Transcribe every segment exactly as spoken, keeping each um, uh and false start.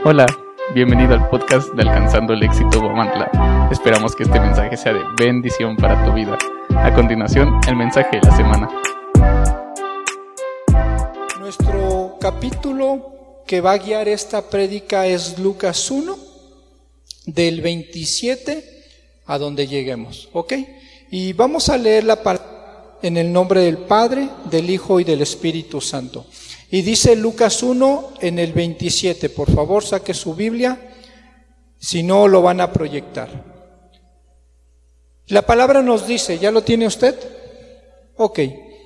Hola, bienvenido al podcast de Alcanzando el Éxito Huamantla. Esperamos que este mensaje sea de bendición para tu vida. A continuación, el mensaje de la semana. Nuestro capítulo que va a guiar esta prédica es Lucas uno, del veintisiete a donde lleguemos, ¿ok? Y vamos a leer la palabra en el nombre del Padre, del Hijo y del Espíritu Santo. Y dice Lucas uno en el veintisiete, por favor saque su Biblia, si no lo van a proyectar. La palabra nos dice, ¿ya lo tiene usted? Ok.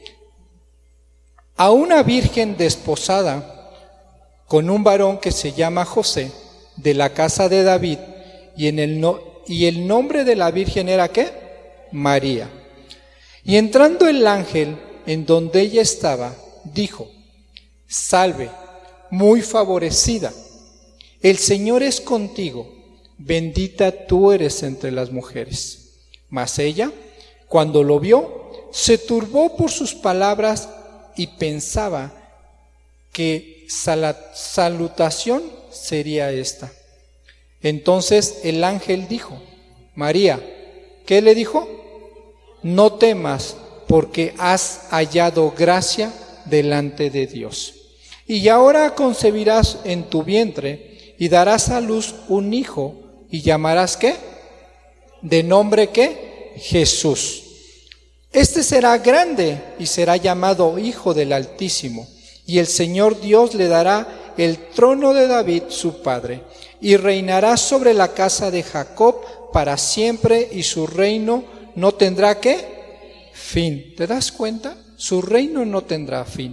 A una virgen desposada con un varón que se llama José, de la casa de David, y, en el, no, y el nombre de la virgen era ¿qué? María. Y entrando el ángel en donde ella estaba, dijo: Salve, muy favorecida, el Señor es contigo, bendita tú eres entre las mujeres. Mas ella, cuando lo vio, se turbó por sus palabras y pensaba que salutación sería esta. Entonces el ángel dijo: María, ¿qué le dijo? No temas, porque has hallado gracia delante de Dios. Y ahora concebirás en tu vientre y darás a luz un hijo y llamarás ¿qué? ¿De nombre qué? Jesús. Este será grande y será llamado Hijo del Altísimo, y el Señor Dios le dará el trono de David su padre, y reinará sobre la casa de Jacob para siempre, y su reino no tendrá ¿qué? Fin. ¿Te das cuenta? Su reino no tendrá fin.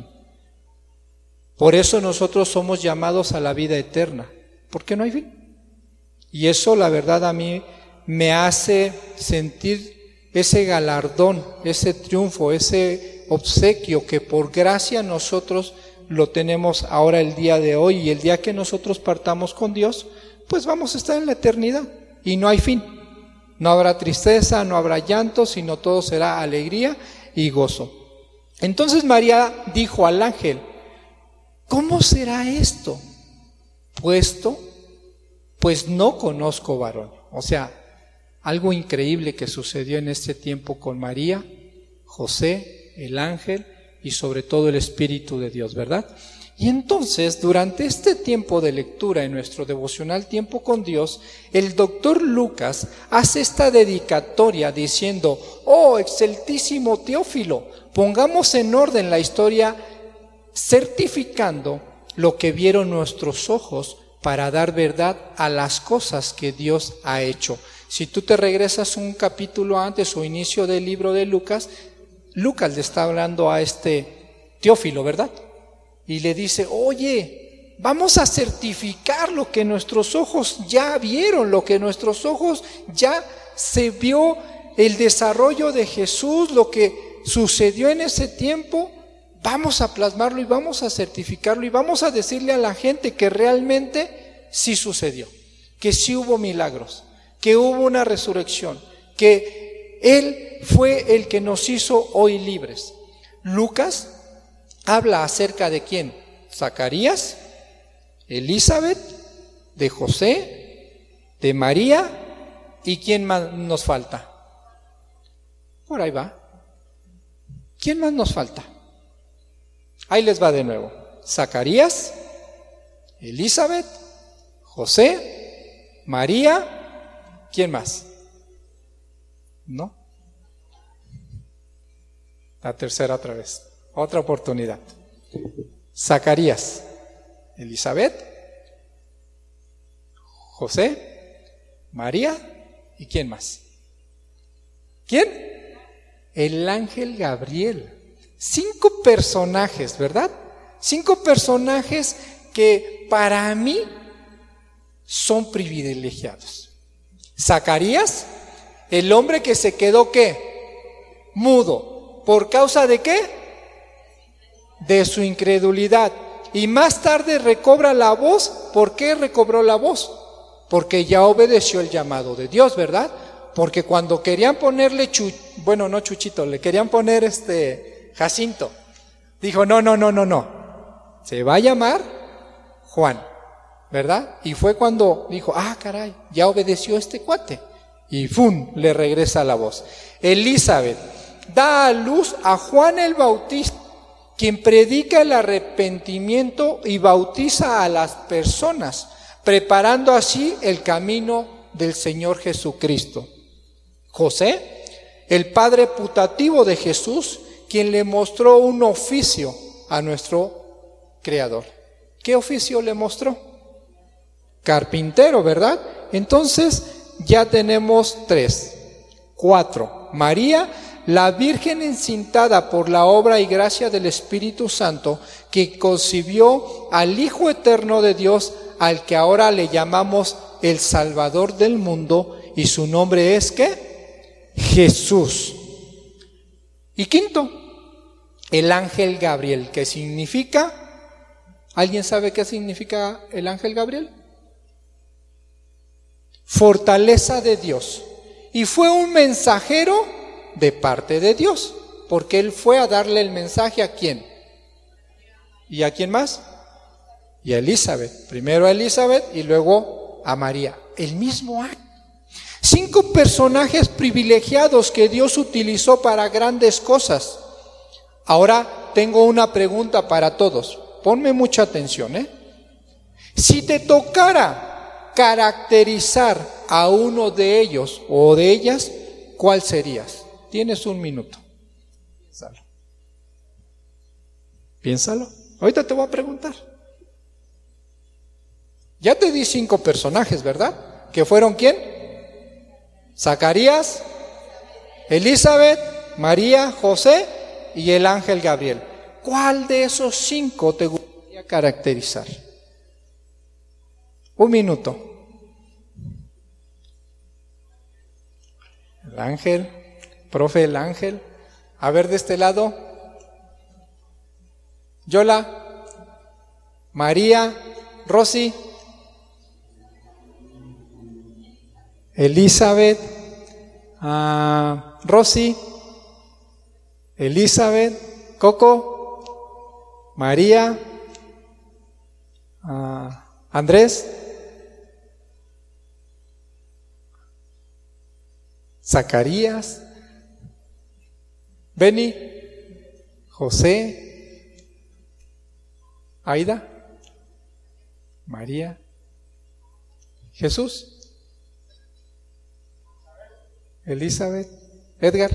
Por eso nosotros somos llamados a la vida eterna, porque no hay fin. Y eso, la verdad, a mí me hace sentir ese galardón, ese triunfo, ese obsequio que por gracia nosotros lo tenemos ahora el día de hoy, y el día que nosotros partamos con Dios, pues vamos a estar en la eternidad y no hay fin. No habrá tristeza, no habrá llanto, sino todo será alegría y gozo. Entonces María dijo al ángel: ¿cómo será esto? Puesto, pues no conozco varón. O sea, algo increíble que sucedió en este tiempo con María, José, el ángel y sobre todo el Espíritu de Dios, ¿verdad? Y entonces, durante este tiempo de lectura en nuestro devocional Tiempo con Dios, el doctor Lucas hace esta dedicatoria diciendo: oh, excelentísimo Teófilo, pongamos en orden la historia certificando lo que vieron nuestros ojos para dar verdad a las cosas que Dios ha hecho. Si tú te regresas un capítulo antes o inicio del libro de Lucas, Lucas le está hablando a este Teófilo, ¿verdad? Y le dice: oye, vamos a certificar lo que nuestros ojos ya vieron, lo que nuestros ojos ya se vio, el desarrollo de Jesús, lo que sucedió en ese tiempo. Vamos a plasmarlo y vamos a certificarlo y vamos a decirle a la gente que realmente sí sucedió, que sí hubo milagros, que hubo una resurrección, que Él fue el que nos hizo hoy libres. Lucas habla acerca de quién: Zacarías, Elizabeth, de José, de María, y ¿quién más nos falta? Por ahí va. ¿Quién más nos falta? Ahí les va de nuevo: Zacarías, Elizabeth, José, María, ¿quién más? ¿No? La tercera otra vez, otra oportunidad. Zacarías, Elizabeth, José, María, ¿y quién más? ¿Quién? El ángel Gabriel. Cinco personajes, ¿verdad? Cinco personajes que para mí son privilegiados. Zacarías, el hombre que se quedó ¿qué? Mudo. ¿Por causa de qué? De su incredulidad. Y más tarde recobra la voz. ¿Por qué recobró la voz? Porque ya obedeció el llamado de Dios, ¿verdad? Porque cuando querían ponerle chu, bueno, no Chuchito, le querían poner este Jacinto, dijo: no, no, no, no, no, se va a llamar Juan. ¿verdad? Y fue cuando dijo, ah, caray, ya obedeció este cuate. Y ¡fum!, le regresa la voz. Elizabeth da a luz a Juan el Bautista, quien predica el arrepentimiento y bautiza a las personas, preparando así el camino del Señor Jesucristo. José, el padre putativo de Jesús, quien le mostró un oficio a nuestro Creador. ¿Qué oficio le mostró? Carpintero, ¿verdad? Entonces ya tenemos tres. Cuatro. María, la Virgen encintada por la obra y gracia del Espíritu Santo, que concibió al Hijo Eterno de Dios, al que ahora le llamamos el Salvador del mundo, y su nombre es ¿qué? Jesús. Y quinto, el ángel Gabriel, que significa, ¿alguien sabe qué significa el ángel Gabriel? Fortaleza de Dios. Y fue un mensajero de parte de Dios, porque él fue a darle el mensaje ¿a quién? ¿Y a quién más? Y a Elizabeth. Primero a Elizabeth y luego a María. El mismo ángel. Cinco personajes privilegiados que Dios utilizó para grandes cosas. Ahora tengo una pregunta para todos. Ponme mucha atención, ¿eh? Si te tocara caracterizar a uno de ellos o de ellas, ¿cuál serías? Tienes un minuto. Piénsalo. Piénsalo. Ahorita te voy a preguntar. Ya te di cinco personajes, ¿verdad? ¿Que fueron quién? Zacarías, Elizabeth, María, José y el ángel Gabriel. ¿Cuál de esos cinco te gustaría caracterizar? Un minuto. El ángel, profe, el ángel. A ver, de este lado. Yola, María, Rosy, Elizabeth, uh, Rosy, Elizabeth, Coco, María, uh, Andrés, Zacarías, Beni, José, Aida, María, Jesús, Elizabeth, Edgar,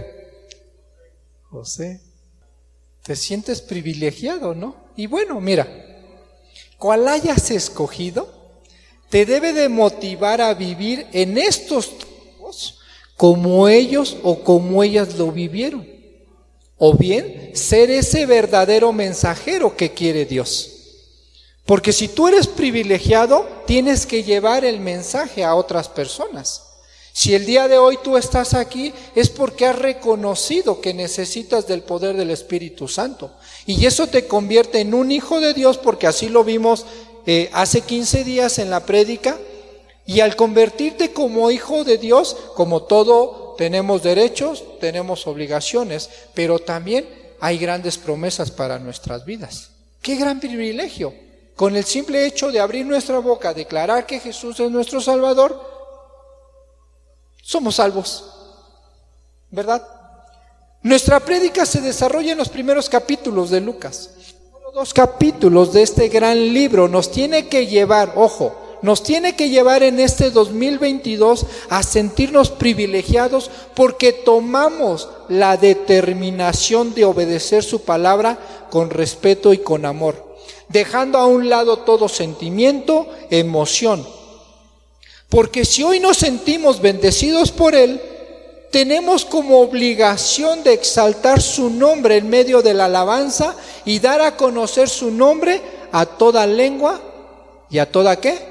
José. Te sientes privilegiado, ¿no? Y bueno, mira, cual hayas escogido, te debe de motivar a vivir en estos tiempos como ellos o como ellas lo vivieron. O bien, ser ese verdadero mensajero que quiere Dios. Porque si tú eres privilegiado, tienes que llevar el mensaje a otras personas. Si el día de hoy tú estás aquí, es porque has reconocido que necesitas del poder del Espíritu Santo. Y eso te convierte en un hijo de Dios, porque así lo vimos eh, hace quince días en la prédica. Y al convertirte como hijo de Dios, como todo, tenemos derechos, tenemos obligaciones, pero también hay grandes promesas para nuestras vidas. ¡Qué gran privilegio! Con el simple hecho de abrir nuestra boca, declarar que Jesús es nuestro Salvador, somos salvos, ¿verdad? Nuestra prédica se desarrolla en los primeros capítulos de Lucas. Los dos capítulos de este gran libro nos tiene que llevar, ojo, nos tiene que llevar en este dos mil veintidós a sentirnos privilegiados porque tomamos la determinación de obedecer su palabra con respeto y con amor, dejando a un lado todo sentimiento, emoción. Porque si hoy nos sentimos bendecidos por Él, tenemos como obligación de exaltar su nombre en medio de la alabanza y dar a conocer su nombre a toda lengua y a toda ¿qué?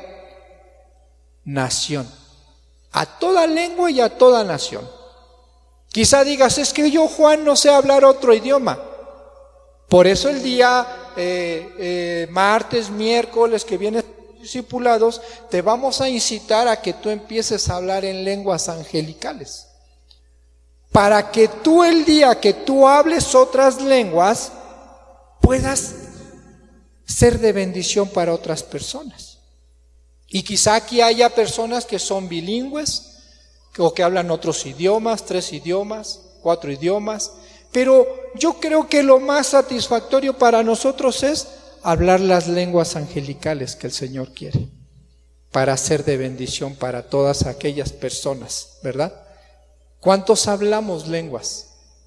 Nación. A toda lengua y a toda nación. Quizá digas, es que yo, Juan, no sé hablar otro idioma. Por eso el día eh, eh, martes, miércoles que viene discipulados, te vamos a incitar a que tú empieces a hablar en lenguas angelicales, para que tú el día que tú hables otras lenguas puedas ser de bendición para otras personas. Y quizá aquí haya personas que son bilingües o que hablan otros idiomas, tres idiomas, cuatro idiomas, pero yo creo que lo más satisfactorio para nosotros es hablar las lenguas angelicales que el Señor quiere, para ser de bendición para todas aquellas personas, ¿verdad? ¿Cuántos hablamos lenguas?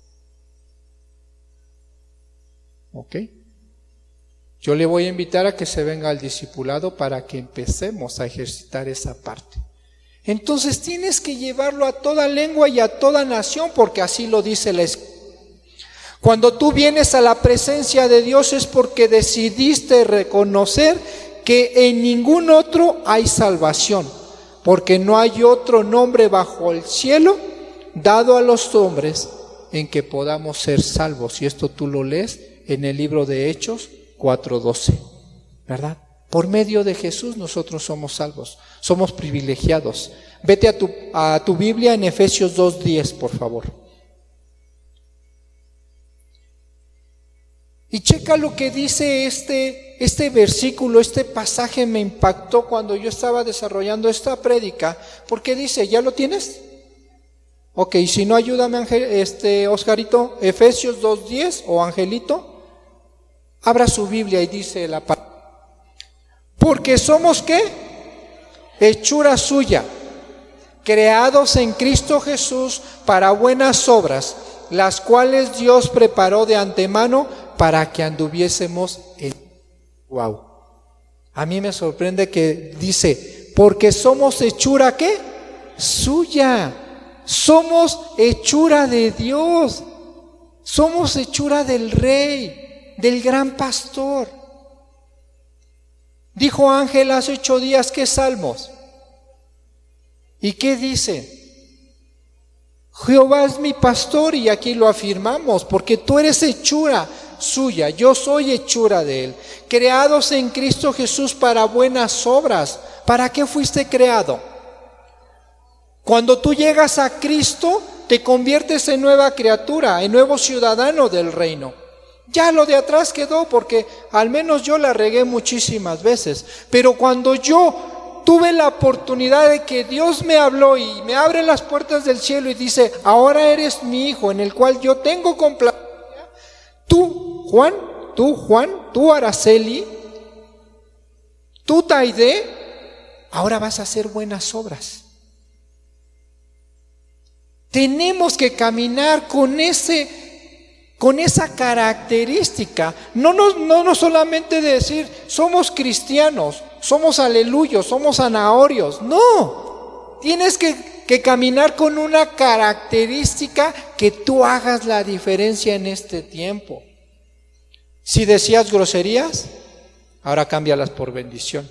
¿Ok? Yo le voy a invitar a que se venga al discipulado para que empecemos a ejercitar esa parte. Entonces tienes que llevarlo a toda lengua y a toda nación, porque así lo dice la Escritura. Cuando tú vienes a la presencia de Dios es porque decidiste reconocer que en ningún otro hay salvación, porque no hay otro nombre bajo el cielo dado a los hombres en que podamos ser salvos. Y esto tú lo lees en el libro de Hechos cuatro doce, ¿verdad? Por medio de Jesús nosotros somos salvos, somos privilegiados. Vete a tu, a tu Biblia en Efesios dos diez, por favor. Y checa lo que dice este, este versículo, este pasaje me impactó cuando yo estaba desarrollando esta prédica, porque dice, ¿ya lo tienes? Ok, si no, ayúdame, Ángel, este, Oscarito, Efesios dos diez o Angelito, abra su Biblia y dice la palabra. Porque somos, ¿qué? Hechura suya, creados en Cristo Jesús para buenas obras, las cuales Dios preparó de antemano para que anduviésemos en... Wow. A mí me sorprende que dice, porque somos hechura, ¿qué? Suya. Somos hechura de Dios. Somos hechura del Rey, del gran pastor. Dijo Ángel hace ocho días, ¿qué salmos? ¿Y qué dice? Jehová es mi pastor, y aquí lo afirmamos, porque tú eres hechura suya, yo soy hechura de Él, creados en Cristo Jesús para buenas obras. ¿Para qué fuiste creado? Cuando tú llegas a Cristo, te conviertes en nueva criatura, en nuevo ciudadano del reino. Ya lo de atrás quedó, porque al menos yo la regué muchísimas veces, pero cuando yo tuve la oportunidad de que Dios me habló y me abre las puertas del cielo y dice, ahora eres mi hijo en el cual yo tengo complacencia, tú Juan, tú Juan, tú Araceli, tú Taide, ahora vas a hacer buenas obras. Tenemos que caminar con ese, con esa característica, no, no, no, no solamente de decir somos cristianos, somos aleluyos, somos zanahorios, no, tienes que, que caminar con una característica que tú hagas la diferencia en este tiempo. Si decías groserías, ahora cámbialas por bendición.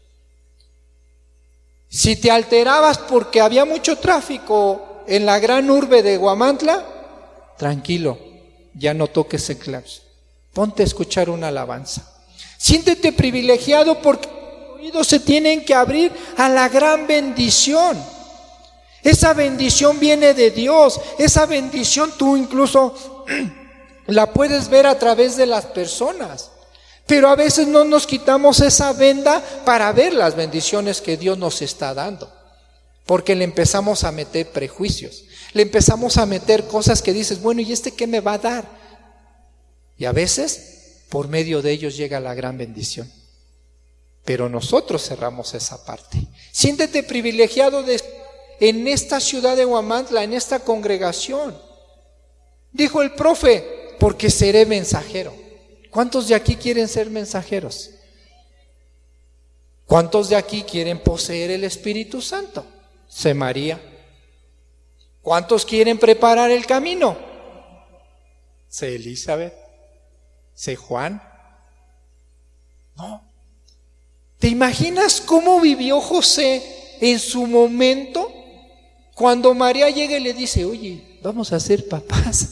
Si te alterabas porque había mucho tráfico en la gran urbe de Huamantla, tranquilo, ya no toques el claxon, ponte a escuchar una alabanza. Siéntete privilegiado porque los oídos se tienen que abrir a la gran bendición. Esa bendición viene de Dios, esa bendición tú incluso la puedes ver a través de las personas, pero a veces no nos quitamos esa venda para ver las bendiciones que Dios nos está dando, porque le empezamos a meter prejuicios, le empezamos a meter cosas que dices, bueno, ¿y este qué me va a dar? Y a veces por medio de ellos llega la gran bendición, pero nosotros cerramos esa parte. Siéntete privilegiado de en esta ciudad de Huamantla, en esta congregación. Dijo el profe, porque seré mensajero. ¿Cuántos de aquí quieren ser mensajeros? ¿Cuántos de aquí quieren poseer el Espíritu Santo? Sé María. ¿Cuántos quieren preparar el camino? Sé Elizabeth. Sé Juan. No. ¿Te imaginas cómo vivió José en su momento? Cuando María llega y le dice, oye, vamos a ser papás.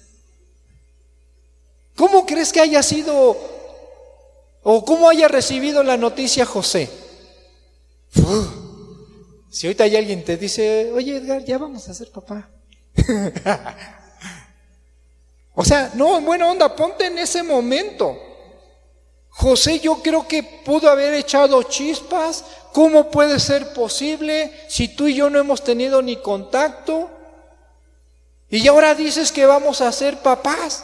¿Cómo crees que haya sido o cómo haya recibido la noticia José? Uf, si ahorita hay alguien te dice, oye Edgar, ya vamos a ser papá. O sea, no, en buena onda, ponte en ese momento. José yo creo que pudo haber echado chispas, ¿Cómo puede ser posible si tú y yo no hemos tenido ni contacto? Y ahora dices que vamos a ser papás.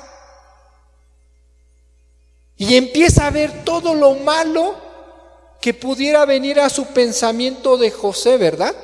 Y empieza a ver todo lo malo que pudiera venir a su pensamiento de José, ¿verdad?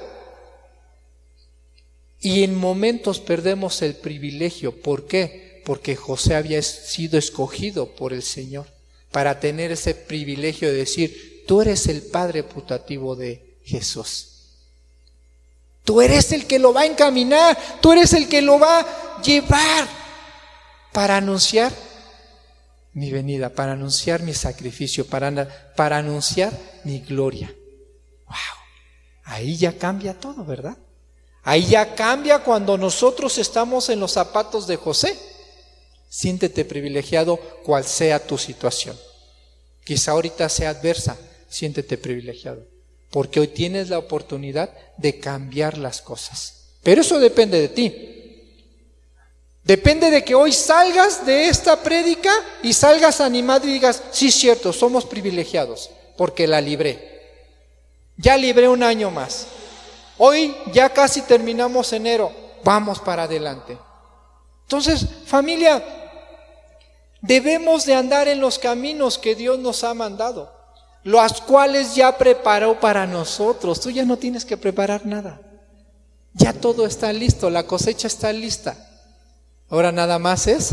Y en momentos perdemos el privilegio. ¿Por qué? Porque José había sido escogido por el Señor para tener ese privilegio de decir: tú eres el padre putativo de Jesús. Tú eres el que lo va a encaminar, tú eres el que lo va a llevar para anunciar mi venida, para anunciar mi sacrificio, para, para anunciar mi gloria. ¡Wow! Ahí ya cambia todo, ¿verdad? Ahí ya cambia cuando nosotros estamos en los zapatos de José. Siéntete privilegiado cual sea tu situación. Quizá ahorita sea adversa, siéntete privilegiado, porque hoy tienes la oportunidad de cambiar las cosas. Pero eso depende de ti. Depende de que hoy salgas de esta prédica y salgas animado y digas: sí, cierto, somos privilegiados, porque la libré. Ya libré un año más. Hoy ya casi terminamos enero, vamos para adelante. Entonces, familia, debemos de andar en los caminos que Dios nos ha mandado, los cuales ya preparó para nosotros. Tú ya no tienes que preparar nada. Ya todo está listo, la cosecha está lista. Ahora nada más es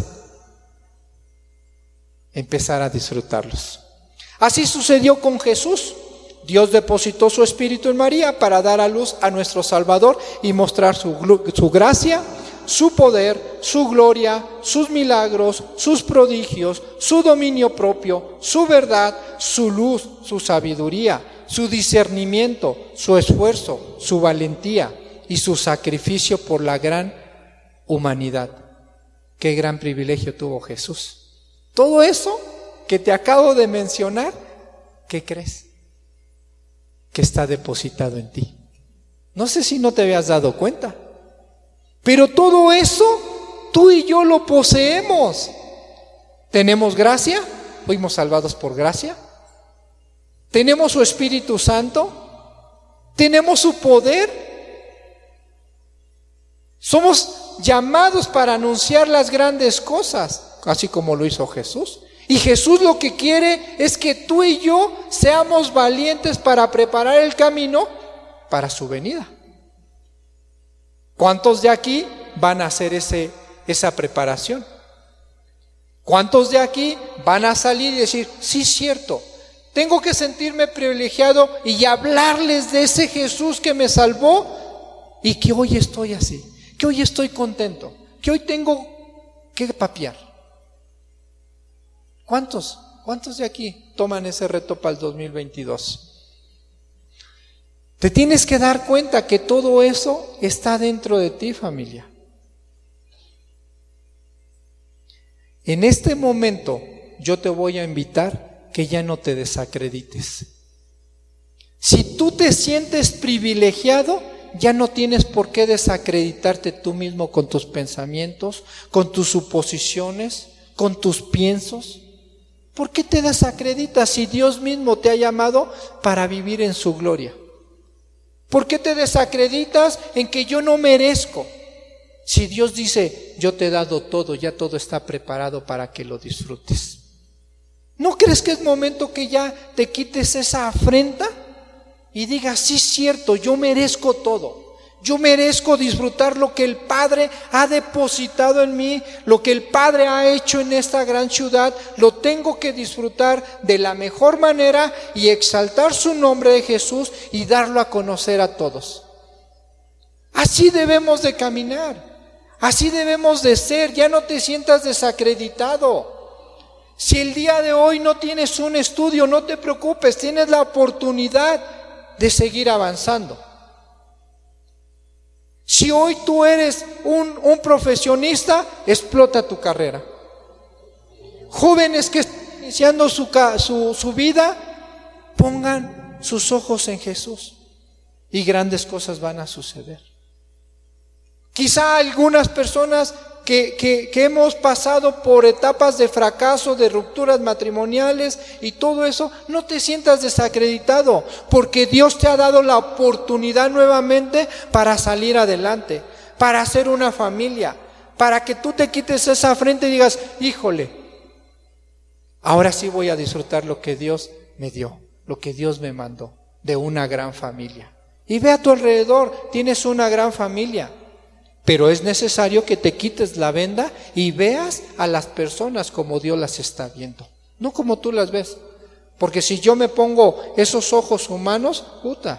empezar a disfrutarlos. Así sucedió con Jesús. Dios depositó su Espíritu en María para dar a luz a nuestro Salvador y mostrar su, su gracia, su poder, su gloria, sus milagros, sus prodigios, su dominio propio, su verdad, su luz, su sabiduría, su discernimiento, su esfuerzo, su valentía y su sacrificio por la gran humanidad. Qué gran privilegio tuvo Jesús. Todo eso que te acabo de mencionar, ¿qué crees? Que está depositado en ti. No sé si no te habías dado cuenta, pero todo eso tú y yo lo poseemos. Tenemos gracia, fuimos salvados por gracia. Tenemos su Espíritu Santo, tenemos su poder. Somos llamados para anunciar las grandes cosas, así como lo hizo Jesús. Y Jesús lo que quiere es que tú y yo seamos valientes para preparar el camino para su venida. ¿Cuántos de aquí van a hacer ese, esa preparación? ¿Cuántos de aquí van a salir y decir: sí, cierto, tengo que sentirme privilegiado y hablarles de ese Jesús que me salvó y que hoy estoy así, que hoy estoy contento, que hoy tengo que papear? ¿Cuántos? ¿Cuántos de aquí toman ese reto para el dos mil veintidós? Te tienes que dar cuenta que todo eso está dentro de ti, familia. En este momento yo te voy a invitar que ya no te desacredites. Si tú te sientes privilegiado, ya no tienes por qué desacreditarte tú mismo con tus pensamientos, con tus suposiciones, con tus piensos. ¿Por qué te desacreditas si Dios mismo te ha llamado para vivir en su gloria? ¿Por qué te desacreditas en que yo no merezco? Si Dios dice: yo te he dado todo, ya todo está preparado para que lo disfrutes. ¿No crees que es momento que ya te quites esa afrenta y digas: sí, cierto, yo merezco todo? Yo merezco disfrutar lo que el Padre ha depositado en mí, lo que el Padre ha hecho en esta gran ciudad. Lo tengo que disfrutar de la mejor manera y exaltar su nombre de Jesús y darlo a conocer a todos. Así debemos de caminar, así debemos de ser. Ya no te sientas desacreditado. Si el día de hoy no tienes un estudio, no te preocupes, tienes la oportunidad de seguir avanzando. Si hoy tú eres un, un profesionista, explota tu carrera. Jóvenes que están iniciando su, su, su vida, pongan sus ojos en Jesús y grandes cosas van a suceder. Quizá algunas personas que, que, que hemos pasado por etapas de fracaso, de rupturas matrimoniales y todo eso, no te sientas desacreditado, porque Dios te ha dado la oportunidad nuevamente para salir adelante, para hacer una familia, para que tú te quites esa frente y digas, híjole, ahora sí voy a disfrutar lo que Dios me dio, lo que Dios me mandó, de una gran familia. Y ve a tu alrededor, tienes una gran familia. Pero es necesario que te quites la venda y veas a las personas como Dios las está viendo, no como tú las ves. Porque si yo me pongo esos ojos humanos, puta,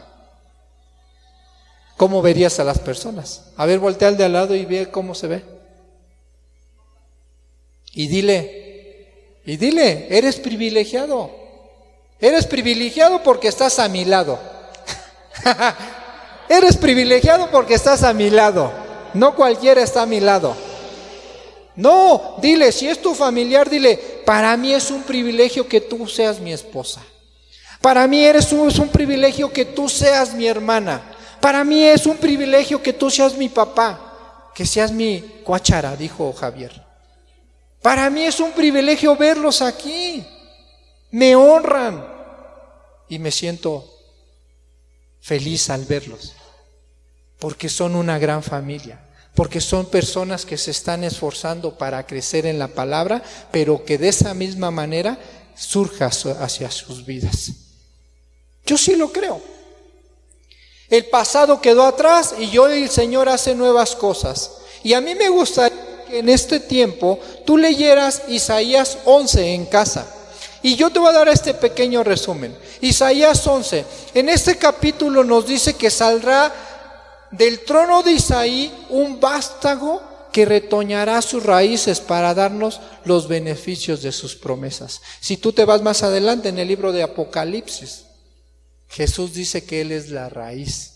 ¿cómo verías a las personas? A ver, voltea al de al lado y ve cómo se ve. Y dile, y dile, eres privilegiado. Eres privilegiado porque estás a mi lado. Eres privilegiado porque estás a mi lado. No cualquiera está a mi lado. No, dile, si es tu familiar, dile, para mí es un privilegio que tú seas mi esposa. Para mí eres un, es un privilegio que tú seas mi hermana. Para mí es un privilegio que tú seas mi papá, que seas mi cuachara, dijo Javier. Para mí es un privilegio verlos aquí. Me honran y me siento feliz al verlos, porque son una gran familia. Porque son personas que se están esforzando para crecer en la palabra, pero que de esa misma manera surja hacia sus vidas. Yo sí lo creo. El pasado quedó atrás y hoy el Señor hace nuevas cosas. Y a mí me gustaría que en este tiempo tú leyeras Isaías once en casa. Y yo te voy a dar este pequeño resumen. Isaías once, en este capítulo nos dice que saldrá del trono de Isaí un vástago que retoñará sus raíces para darnos los beneficios de sus promesas. Si tú te vas más adelante en el libro de Apocalipsis, Jesús dice que Él es la raíz,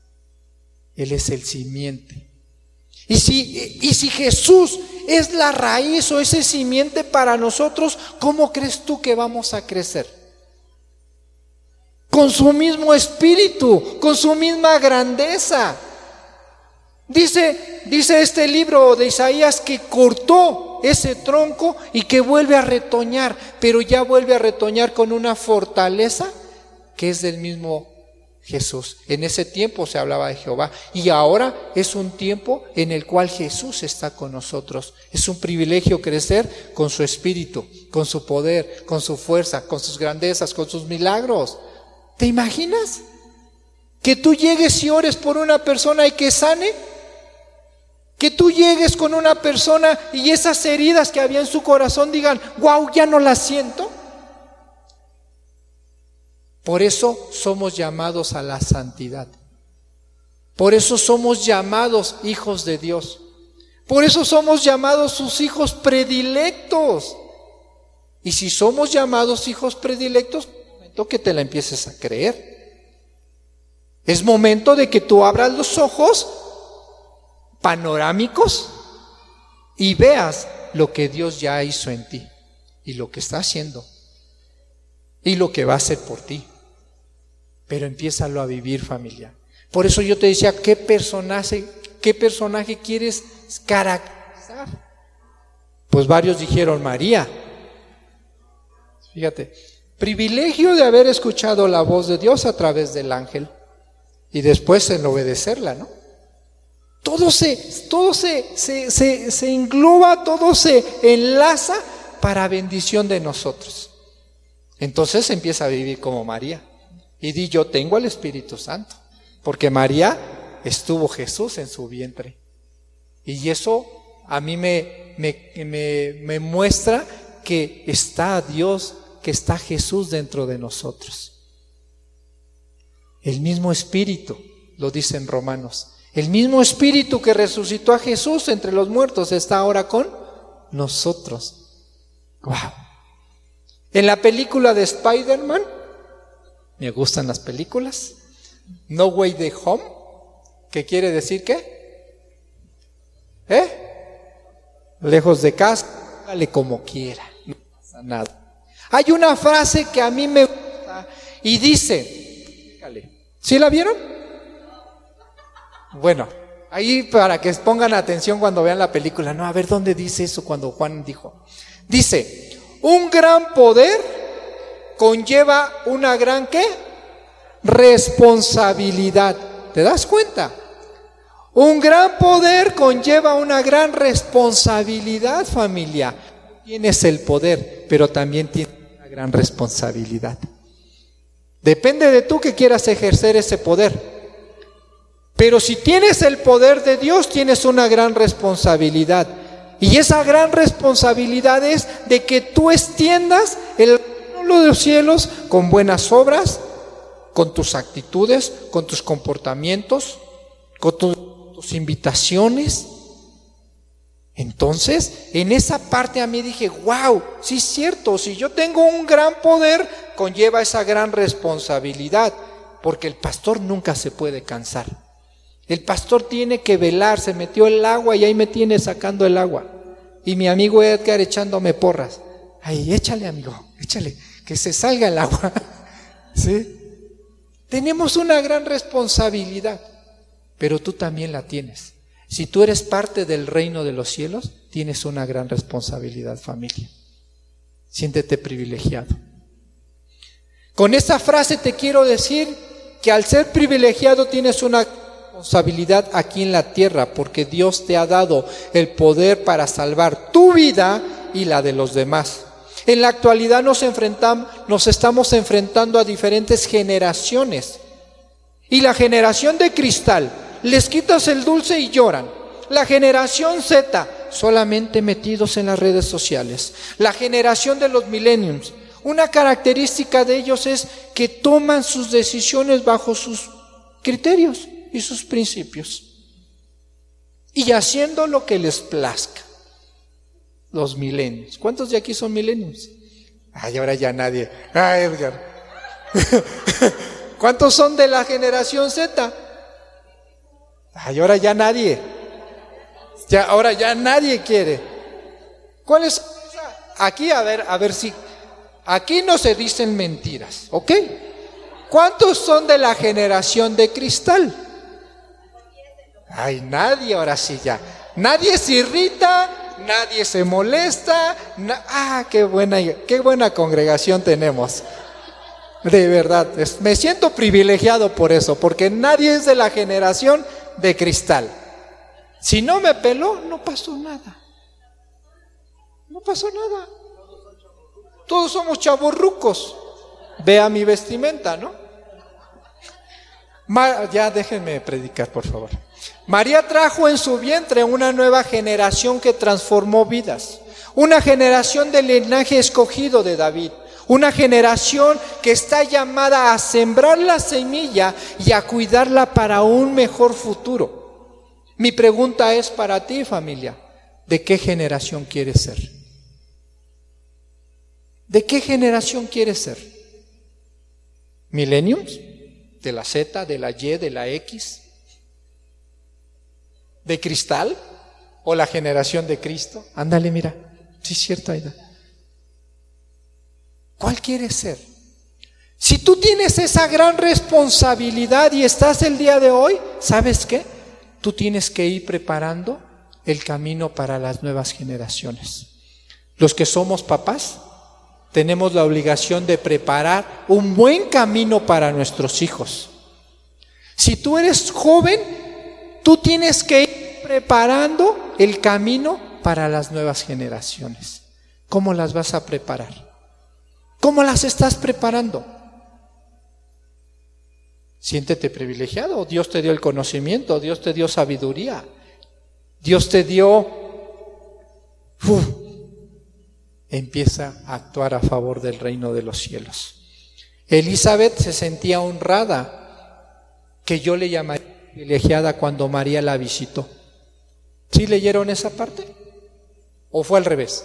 Él es el simiente. Y si, y si Jesús es la raíz o ese simiente para nosotros, ¿cómo crees tú que vamos a crecer? Con su mismo espíritu, con su misma grandeza. Dice, dice este libro de Isaías que cortó ese tronco y que vuelve a retoñar, pero ya vuelve a retoñar con una fortaleza que es del mismo Jesús. En ese tiempo se hablaba de Jehová y ahora es un tiempo en el cual Jesús está con nosotros. Es un privilegio crecer con su espíritu, con su poder, con su fuerza, con sus grandezas, con sus milagros. ¿Te imaginas? Que tú llegues y ores por una persona y que sane. Que tú llegues con una persona y esas heridas que había en su corazón digan, wow, ya no las siento. Por eso somos llamados a la santidad. Por eso somos llamados hijos de Dios. Por eso somos llamados sus hijos predilectos. Y si somos llamados hijos predilectos, que te la empieces a creer. Es momento de que tú abras los ojos panorámicos y veas lo que Dios ya hizo en ti y lo que está haciendo y lo que va a hacer por ti. Pero empiézalo a vivir, familia. Por eso yo te decía, ¿qué personaje, qué personaje quieres caracterizar? Pues varios dijeron María. Fíjate, privilegio de haber escuchado la voz de Dios a través del ángel y después en obedecerla, ¿no? Todo se, todo se, se, se, se engloba, todo se enlaza para bendición de nosotros. Entonces empieza a vivir como María y di, yo tengo al Espíritu Santo, porque María estuvo Jesús en su vientre y eso a mí me, me, me, me muestra que está Dios, que está Jesús dentro de nosotros. El mismo Espíritu, lo dice en Romanos, el mismo Espíritu que resucitó a Jesús entre los muertos está ahora con nosotros. Wow. En la película de Spider-Man, me gustan las películas, No Way the Home, ¿qué quiere decir qué? ¿Eh? Lejos de casa, hágale como quiera, no pasa nada. Hay una frase que a mí me gusta y dice, ¿sí la vieron? Bueno, Ahí para que pongan atención cuando vean la película. No, a ver, ¿dónde dice eso cuando Juan dijo? Dice, un gran poder conlleva una gran, ¿qué? Responsabilidad. ¿Te das cuenta? Un gran poder conlleva una gran responsabilidad, familia. Tienes el poder, pero también tienes una gran responsabilidad. Depende de tú que quieras ejercer ese poder. Pero si tienes el poder de Dios, tienes una gran responsabilidad. Y esa gran responsabilidad es de que tú extiendas el reino de los cielos con buenas obras, con tus actitudes, con tus comportamientos, con tu, tus invitaciones. Entonces, en esa parte a mí dije, wow, sí es cierto, si yo tengo un gran poder, conlleva esa gran responsabilidad, porque el pastor nunca se puede cansar. El pastor tiene que velar, se metió el agua y ahí me tiene sacando el agua. Y mi amigo Edgar echándome porras. Ay, échale, amigo, échale, que se salga el agua. ¿Sí? Tenemos una gran responsabilidad, pero tú también la tienes. Si tú eres parte del reino de los cielos, tienes una gran responsabilidad, familia. Siéntete privilegiado. Con esta frase te quiero decir que al ser privilegiado tienes una responsabilidad aquí en la tierra, porque Dios te ha dado el poder para salvar tu vida y la de los demás. En la actualidad nos enfrentamos, nos estamos enfrentando a diferentes generaciones. Y la generación de cristal, les quitas el dulce y lloran. La generación Z, solamente metidos en las redes sociales. La generación de los millennials, una característica de ellos es que toman sus decisiones bajo sus criterios y sus principios, y haciendo lo que les plazca. Los millennials. ¿Cuántos de aquí son millennials? Ay, ahora ya nadie. Ay, Edgar. ¿Cuántos son de la generación Z? Ay, ahora ya nadie. Ya, ahora ya nadie quiere. ¿Cuáles son? Aquí, a ver, a ver si. Aquí no se dicen mentiras, ¿ok? ¿Cuántos son de la generación de cristal? Ay, nadie, ahora sí ya. Nadie se irrita, nadie se molesta. Na- ah, qué buena, qué buena congregación tenemos. De verdad, es- me siento privilegiado por eso, porque nadie es de la generación de cristal. Si no me peló, no pasó nada. No pasó nada. Todos somos chavorrucos. Vea mi vestimenta, ¿no? Ma- ya déjenme predicar, por favor. María trajo en su vientre una nueva generación que transformó vidas. Una generación del linaje escogido de David. Una generación que está llamada a sembrar la semilla y a cuidarla para un mejor futuro. Mi pregunta es para ti, familia: ¿de qué generación quieres ser? ¿De qué generación quieres ser? ¿Millennials? ¿De la Z, de la Y, de la X? ¿De cristal? ¿O la generación de Cristo? Ándale, mira. Sí, es cierto, Aida. ¿Cuál quieres ser? Si tú tienes esa gran responsabilidad y estás el día de hoy, ¿sabes qué? Tú tienes que ir preparando el camino para las nuevas generaciones. Los que somos papás tenemos la obligación de preparar un buen camino para nuestros hijos. Si tú eres joven, tú tienes que ir preparando el camino para las nuevas generaciones. ¿Cómo las vas a preparar? ¿Cómo las estás preparando? Siéntete privilegiado. Dios te dio el conocimiento, Dios te dio sabiduría, Dios te dio... Uf, empieza a actuar a favor del reino de los cielos. Elizabeth se sentía honrada, que yo le llamaría privilegiada, cuando María la visitó. ¿Sí leyeron esa parte? ¿O fue al revés?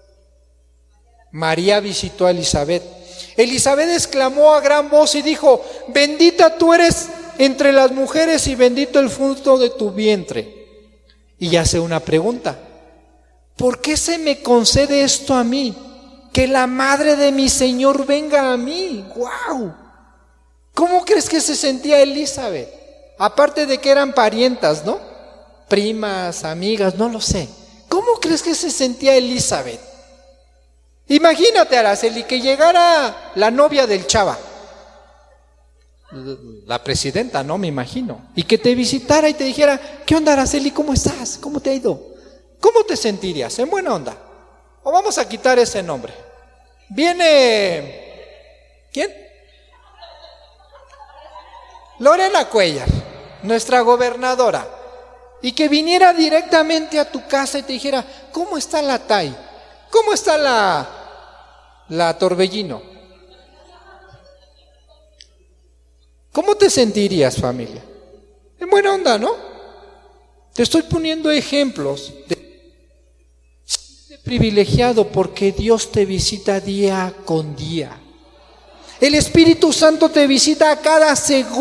María visitó a Elizabeth. Elizabeth exclamó a gran voz y dijo: bendita tú eres entre las mujeres y bendito el fruto de tu vientre. Y hace una pregunta: ¿por qué se me concede esto a mí? Que la madre de mi Señor venga a mí. ¡Wow! ¿Cómo crees que se sentía Elizabeth? Aparte de que eran parientas, ¿no? primas, amigas, no lo sé. ¿Cómo crees que se sentía Elizabeth? Imagínate, Araceli, que llegara la novia del Chava, la presidenta, ¿no? Me imagino. Y que te visitara y te dijera, ¿qué onda, Araceli? ¿Cómo estás? ¿Cómo te ha ido? ¿Cómo te sentirías? ¿En buena onda? O vamos a quitar ese nombre. Viene... ¿Quién? Lorena Cuellar, nuestra gobernadora. Y que viniera directamente a tu casa y te dijera, ¿cómo está la Tay? ¿Cómo está la, la Torbellino? ¿Cómo te sentirías, familia? En buena onda, ¿no? Te estoy poniendo ejemplos de privilegiado porque Dios te visita día con día. El Espíritu Santo te visita a cada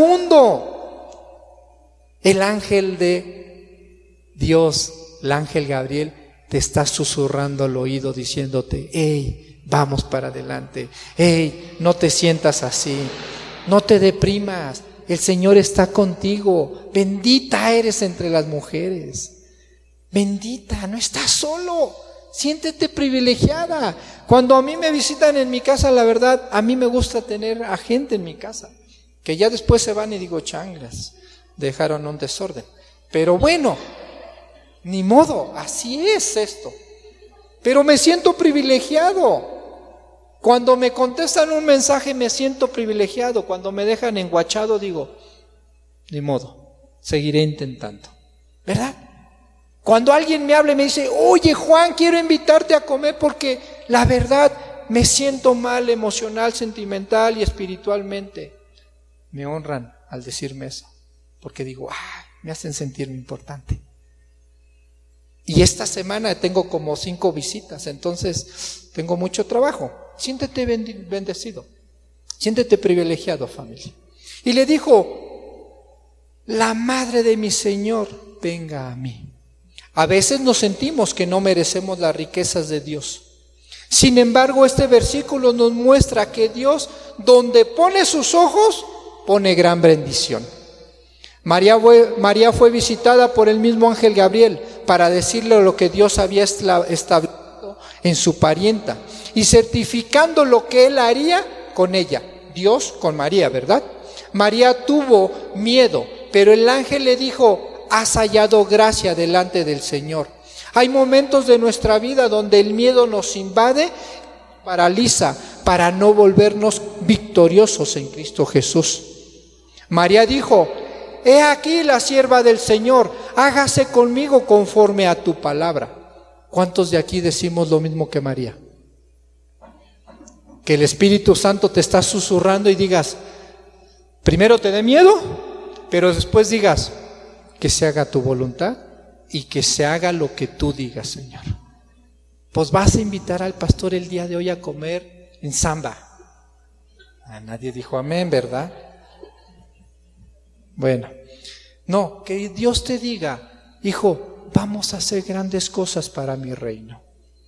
segundo. El ángel de Dios, el ángel Gabriel, te está susurrando al oído diciéndote, hey, vamos para adelante, hey, no te sientas así, no te deprimas, el Señor está contigo, bendita eres entre las mujeres, bendita, no estás solo. Siéntete privilegiada. Cuando a mí me visitan en mi casa, la verdad, a mí me gusta tener a gente en mi casa, que ya después se van y digo, changlas, dejaron un desorden. Pero bueno, ni modo, así es esto. Pero me siento privilegiado. Cuando me contestan un mensaje me siento privilegiado. Cuando me dejan enguachado digo, ni modo, seguiré intentando. ¿Verdad? Cuando alguien me habla y me dice, oye Juan, quiero invitarte a comer porque la verdad me siento mal emocional, sentimental y espiritualmente. Me honran al decirme eso, porque digo, ah, me hacen sentirme importante. Y esta semana tengo como cinco visitas, entonces tengo mucho trabajo. Siéntete bendecido, siéntete privilegiado, familia. Y le dijo, la madre de mi Señor, venga a mí. A veces nos sentimos que no merecemos las riquezas de Dios. Sin embargo, este versículo nos muestra que Dios, donde pone sus ojos, pone gran bendición. María fue, María fue visitada por el mismo ángel Gabriel para decirle lo que Dios había establecido en su parienta y certificando lo que él haría con ella. Dios con María, ¿verdad? María tuvo miedo, pero el ángel le dijo, has hallado gracia delante del Señor. Hay momentos de nuestra vida donde el miedo nos invade, paraliza para no volvernos victoriosos en Cristo Jesús. María dijo, he aquí la sierva del Señor, hágase conmigo conforme a tu palabra. ¿Cuántos de aquí decimos lo mismo que María? Que el Espíritu Santo te está susurrando y digas, primero te dé miedo, pero después digas, que se haga tu voluntad y que se haga lo que tú digas, Señor. Pues vas a invitar al pastor el día de hoy a comer en Zamba. Ah, nadie dijo amén, ¿verdad? Bueno, no, que Dios te diga, hijo, vamos a hacer grandes cosas para mi reino.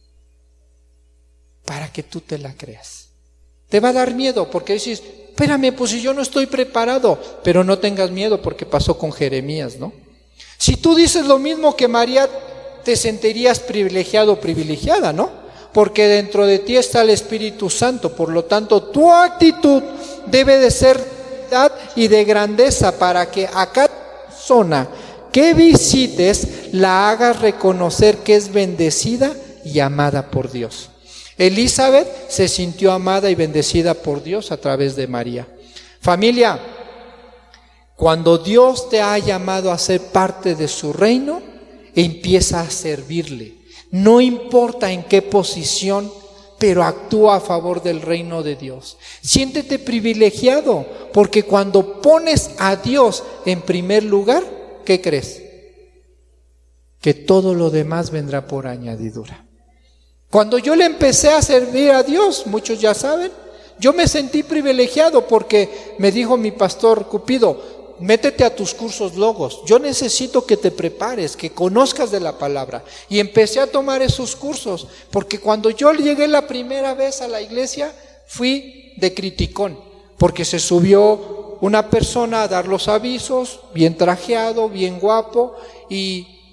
Para que tú te la creas. Te va a dar miedo porque dices, espérame, pues si yo no estoy preparado, pero no tengas miedo porque pasó con Jeremías, ¿no? Si tú dices lo mismo que María, te sentirías privilegiado o privilegiada, ¿no? Porque dentro de ti está el Espíritu Santo, por lo tanto tu actitud debe de ser de humildad y de grandeza para que a cada persona que visites la hagas reconocer que es bendecida y amada por Dios. Elizabeth se sintió amada y bendecida por Dios a través de María. Familia, cuando Dios te ha llamado a ser parte de su reino, empieza a servirle. No importa en qué posición, pero actúa a favor del reino de Dios. Siéntete privilegiado, porque cuando pones a Dios en primer lugar, ¿qué crees? Que todo lo demás vendrá por añadidura. Cuando yo le empecé a servir a Dios, muchos ya saben, yo me sentí privilegiado porque me dijo mi pastor Cupido, métete a tus cursos Logos, yo necesito que te prepares, que conozcas de la palabra. Y empecé a tomar esos cursos, porque cuando yo llegué la primera vez a la iglesia, fui de criticón, porque se subió una persona a dar los avisos, bien trajeado, bien guapo, y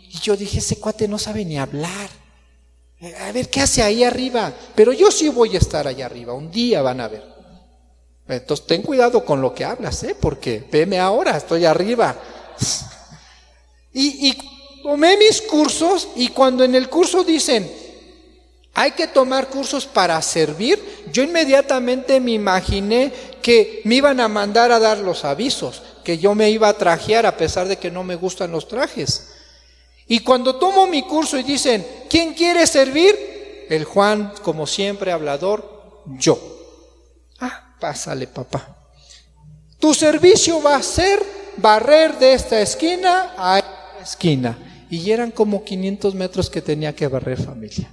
Y yo dije, ese cuate no sabe ni hablar. A ver, ¿qué hace ahí arriba? Pero yo sí voy a estar allá arriba, un día van a ver. Entonces ten cuidado con lo que hablas, ¿eh? Porque veme ahora, estoy arriba. Y, y tomé mis cursos, y cuando en el curso dicen, hay que tomar cursos para servir, yo inmediatamente me imaginé que me iban a mandar a dar los avisos, que yo me iba a trajear a pesar de que no me gustan los trajes. Y cuando tomo mi curso y dicen, ¿quién quiere servir? El Juan, como siempre, hablador, yo. Ah, pásale, papá. Tu servicio va a ser barrer de esta esquina a esta esquina. Y eran como quinientos metros que tenía que barrer, familia.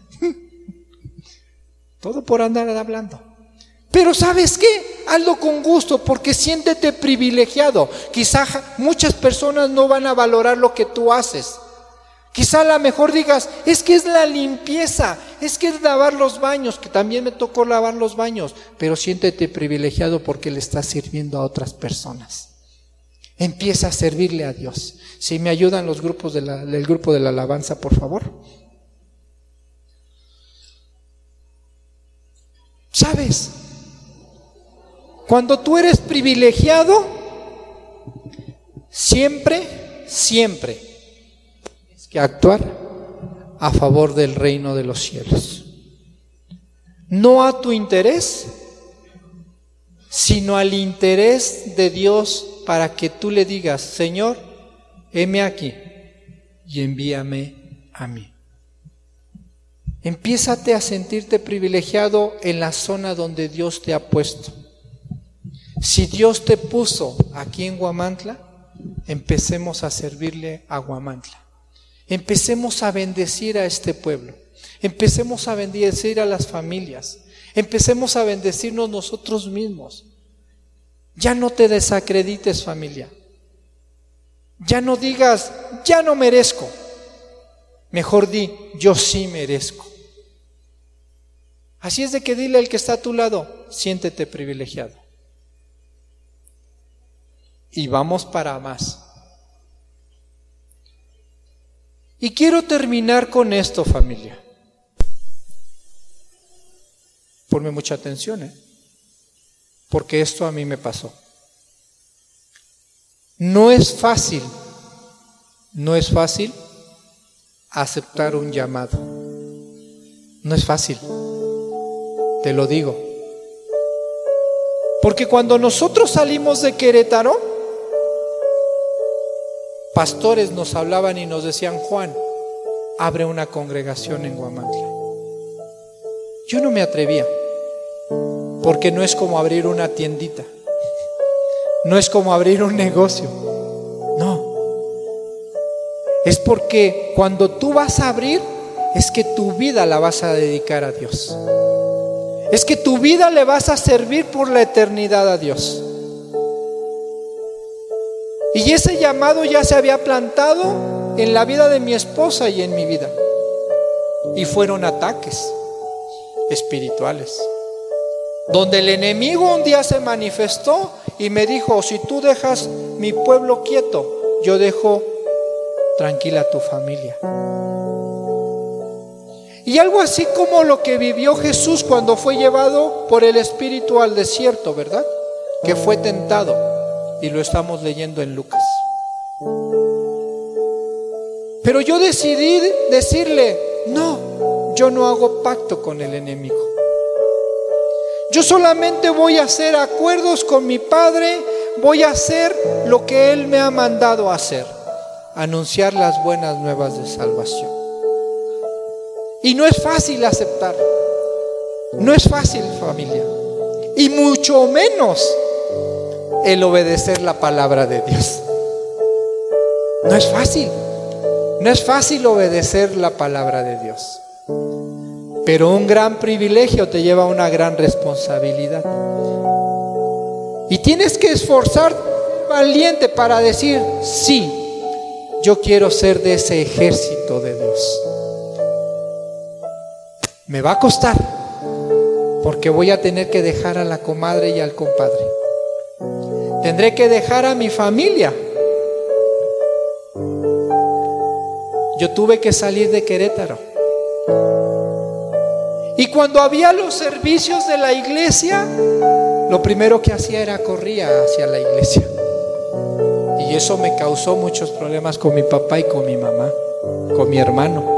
Todo por andar hablando. Pero ¿sabes qué? Hazlo con gusto, porque siéntete privilegiado. Quizá muchas personas no van a valorar lo que tú haces. Quizá a lo mejor digas, es que es la limpieza, es que es lavar los baños, que también me tocó lavar los baños, pero siéntete privilegiado porque le estás sirviendo a otras personas. Empieza a servirle a Dios. Si me ayudan los grupos de la, del grupo de la alabanza, por favor. ¿Sabes? Cuando tú eres privilegiado, siempre, siempre que actuar a favor del reino de los cielos, no a tu interés, sino al interés de Dios, para que tú le digas, Señor, heme aquí y envíame a mí. Empiézate a sentirte privilegiado en la zona donde Dios te ha puesto. Si Dios te puso aquí en Huamantla, empecemos a servirle a Huamantla. Empecemos a bendecir a este pueblo. Empecemos a bendecir a las familias. Empecemos a bendecirnos nosotros mismos. Ya no te desacredites, familia. Ya no digas, ya no merezco. Mejor di, yo sí merezco. Así es de que dile al que está a tu lado, siéntete privilegiado. Y vamos para más. Y quiero terminar con esto, familia. Ponme mucha atención, ¿eh? Porque esto a mí me pasó. No es fácil, no es fácil aceptar un llamado. No es fácil, te lo digo. Porque cuando nosotros salimos de Querétaro, pastores nos hablaban y nos decían, Juan, abre una congregación en Huamantla. Yo no me atrevía, porque no es como abrir una tiendita, no es como abrir un negocio, no. Es porque cuando tú vas a abrir, es que tu vida la vas a dedicar a Dios. Es que tu vida le vas a servir por la eternidad a Dios. Y ese llamado ya se había plantado en la vida de mi esposa y en mi vida. Y fueron ataques espirituales, donde el enemigo un día se manifestó y me dijo, si tú dejas mi pueblo quieto, yo dejo tranquila a tu familia. Y algo así como lo que vivió Jesús cuando fue llevado por el Espíritu al desierto, ¿verdad? Que fue tentado. Y lo estamos leyendo en Lucas. Pero yo decidí decirle, no, yo no hago pacto con el enemigo. Yo solamente voy a hacer acuerdos con mi Padre, voy a hacer lo que Él me ha mandado a hacer, anunciar las buenas nuevas de salvación. Y no es fácil aceptar, no es fácil, familia, y mucho menos el obedecer la palabra de Dios. No es fácil, no es fácil obedecer la palabra de Dios. Pero un gran privilegio te lleva a una gran responsabilidad. Y tienes que esforzarte valiente para decir, sí, yo quiero ser de ese ejército de Dios. Me va a costar, porque voy a tener que dejar a la comadre y al compadre. Tendré que dejar a mi familia. yo tuve que salir de Querétaro. Y cuando había los servicios de la iglesia, lo primero que hacía era corría hacia la iglesia. Y eso me causó muchos problemas con mi papá y con mi mamá, con mi hermano.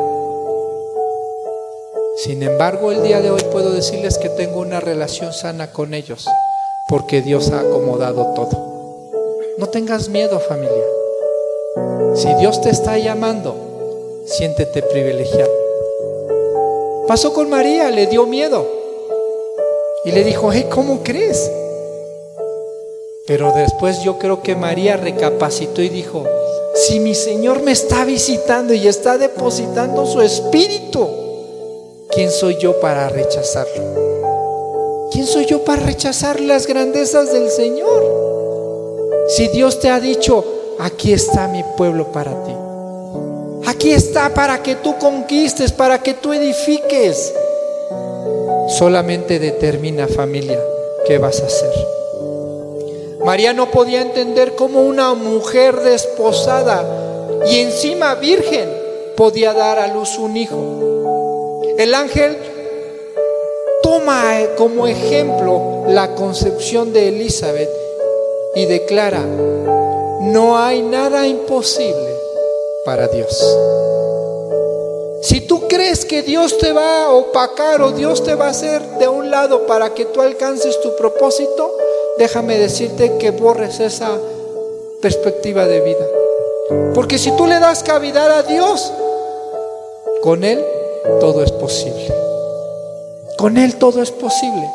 Sin embargo, el día de hoy puedo decirles que tengo una relación sana con ellos, porque Dios ha acomodado todo. No tengas miedo, familia. Si Dios te está llamando, siéntete privilegiado. Pasó con María, le dio miedo y le dijo: hey, ¿cómo crees? Pero después yo creo que María recapacitó y dijo: si mi Señor me está visitando y está depositando su espíritu, ¿quién soy yo para rechazarlo? ¿Quién soy yo para rechazar las grandezas del Señor? Si Dios te ha dicho: aquí está mi pueblo para ti, aquí está para que tú conquistes, para que tú edifiques, solamente determina, familia, qué vas a hacer. María no podía entender cómo una mujer desposada y encima virgen podía dar a luz un hijo. El ángel toma como ejemplo la concepción de Elizabeth y declara: no hay nada imposible para Dios. Si tú crees que Dios te va a opacar o Dios te va a hacer de un lado para que tú alcances tu propósito, déjame decirte que borres esa perspectiva de vida. Porque si tú le das cavidad a Dios, con Él todo es posible. Con Él todo es posible.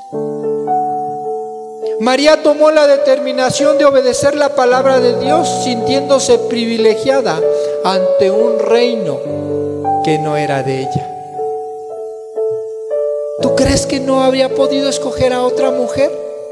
María tomó la determinación de obedecer la palabra de Dios, sintiéndose privilegiada ante un reino que no era de ella. ¿Tú crees que no había podido escoger a otra mujer?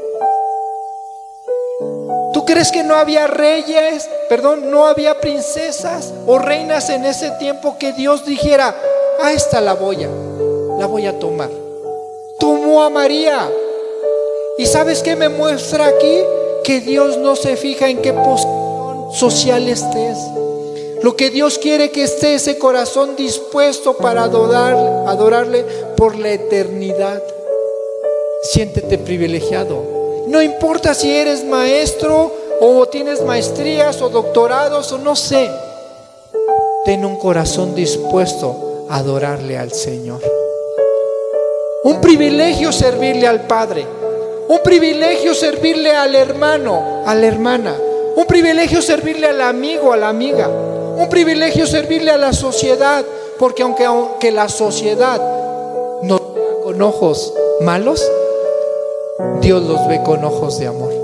¿Tú crees que no había reyes, perdón, no había princesas o reinas en ese tiempo que Dios dijera: a esta la voy a, la voy a tomar? Tomó a María. ¿Y sabes qué me muestra aquí? Que Dios no se fija en qué posición social estés. Lo que Dios quiere que esté ese corazón dispuesto para adorar, adorarle por la eternidad. Siéntete privilegiado. No importa si eres maestro o tienes maestrías o doctorados o no sé. Ten un corazón dispuesto a adorarle al Señor. Un privilegio servirle al Padre. Un privilegio servirle al hermano, a la hermana. Un privilegio servirle al amigo, a la amiga. Un privilegio servirle a la sociedad. Porque aunque, aunque la sociedad nos vea con ojos malos, Dios los ve con ojos de amor.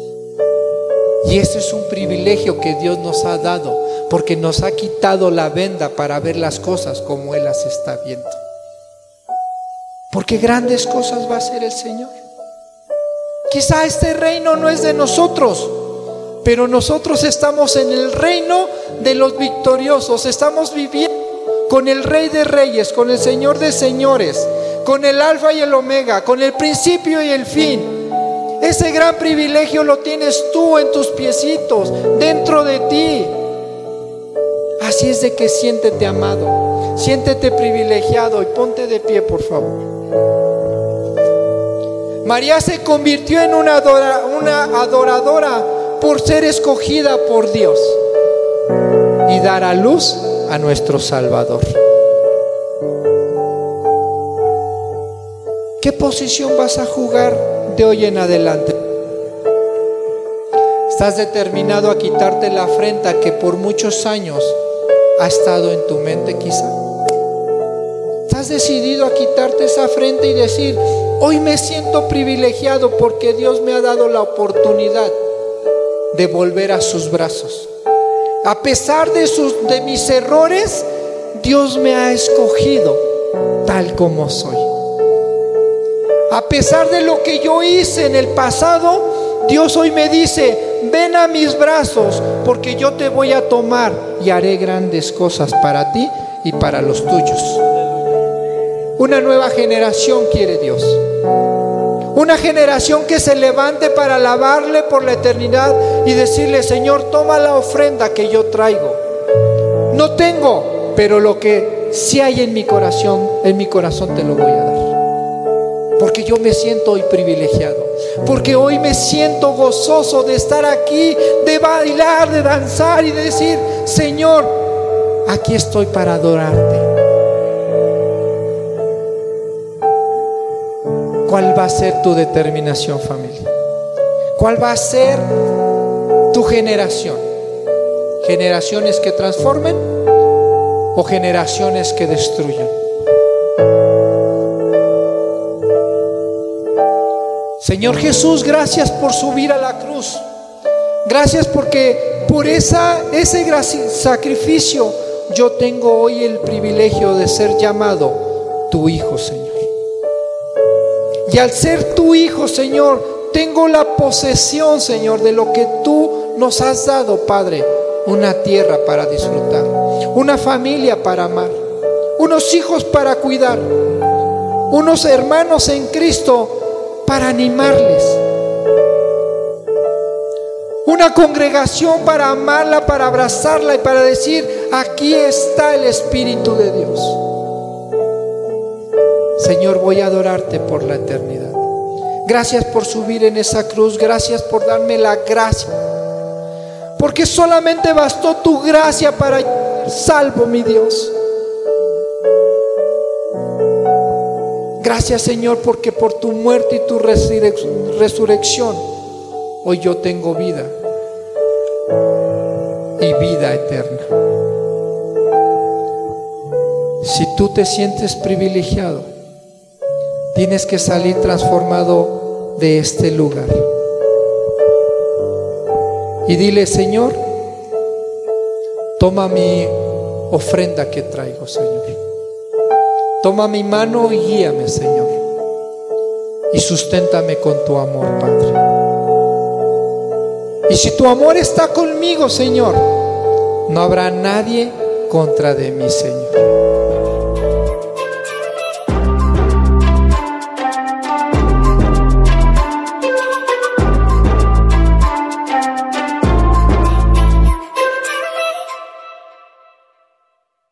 Y ese es un privilegio que Dios nos ha dado, porque nos ha quitado la venda para ver las cosas como Él las está viendo. Porque grandes cosas va a hacer el Señor. Quizá este reino no es de nosotros, pero nosotros estamos en el reino de los victoriosos. Estamos viviendo con el Rey de Reyes, con el Señor de Señores, con el Alfa y el Omega, con el principio y el fin. Ese gran privilegio lo tienes tú en tus piecitos, dentro de ti. Así es de que siéntete amado, siéntete privilegiado y ponte de pie, por favor. María se convirtió en una, adora, una adoradora por ser escogida por Dios y dar a luz a nuestro Salvador. ¿Qué posición vas a jugar de hoy en adelante? ¿Estás determinado a quitarte la afrenta que por muchos años ha estado en tu mente quizá? ¿Estás decidido a quitarte esa afrenta y decir: hoy me siento privilegiado porque Dios me ha dado la oportunidad de volver a sus brazos? A pesar de, sus, de mis errores, Dios me ha escogido tal como soy. A pesar de lo que yo hice en el pasado, Dios hoy me dice: ven a mis brazos, porque yo te voy a tomar y haré grandes cosas para ti y para los tuyos. Una nueva generación quiere Dios. Una generación que se levante para alabarle por la eternidad y decirle: Señor, toma la ofrenda que yo traigo. No tengo, pero lo que sí hay en mi corazón, en mi corazón te lo voy a dar. Porque yo me siento hoy privilegiado, porque hoy me siento gozoso de estar aquí, de bailar, de danzar y de decir: Señor, aquí estoy para adorarte. ¿Cuál va a ser tu determinación, familia? ¿Cuál va a ser tu generación? ¿Generaciones que transformen o generaciones que destruyen? Señor Jesús, gracias por subir a la cruz. Gracias porque por esa, ese sacrificio yo tengo hoy el privilegio de ser llamado tu hijo, Señor. Y al ser tu hijo, Señor, tengo la posesión, Señor, de lo que tú nos has dado, Padre. Una tierra para disfrutar, una familia para amar, unos hijos para cuidar, unos hermanos en Cristo para animarles, una congregación para amarla, para abrazarla y para decir: aquí está el Espíritu de Dios. Señor, voy a adorarte por la eternidad. Gracias por subir en esa cruz, gracias por darme la gracia, porque solamente bastó tu gracia para ser salvo, mi Dios. Gracias, Señor, porque por tu muerte y tu resurrección hoy yo tengo vida y vida eterna. Si tú te sientes privilegiado, tienes que salir transformado de este lugar. Y dile: Señor, toma mi ofrenda que traigo, Señor. Toma mi mano y guíame, Señor. Y susténtame con tu amor, Padre. Y si tu amor está conmigo, Señor, no habrá nadie contra de mí, Señor.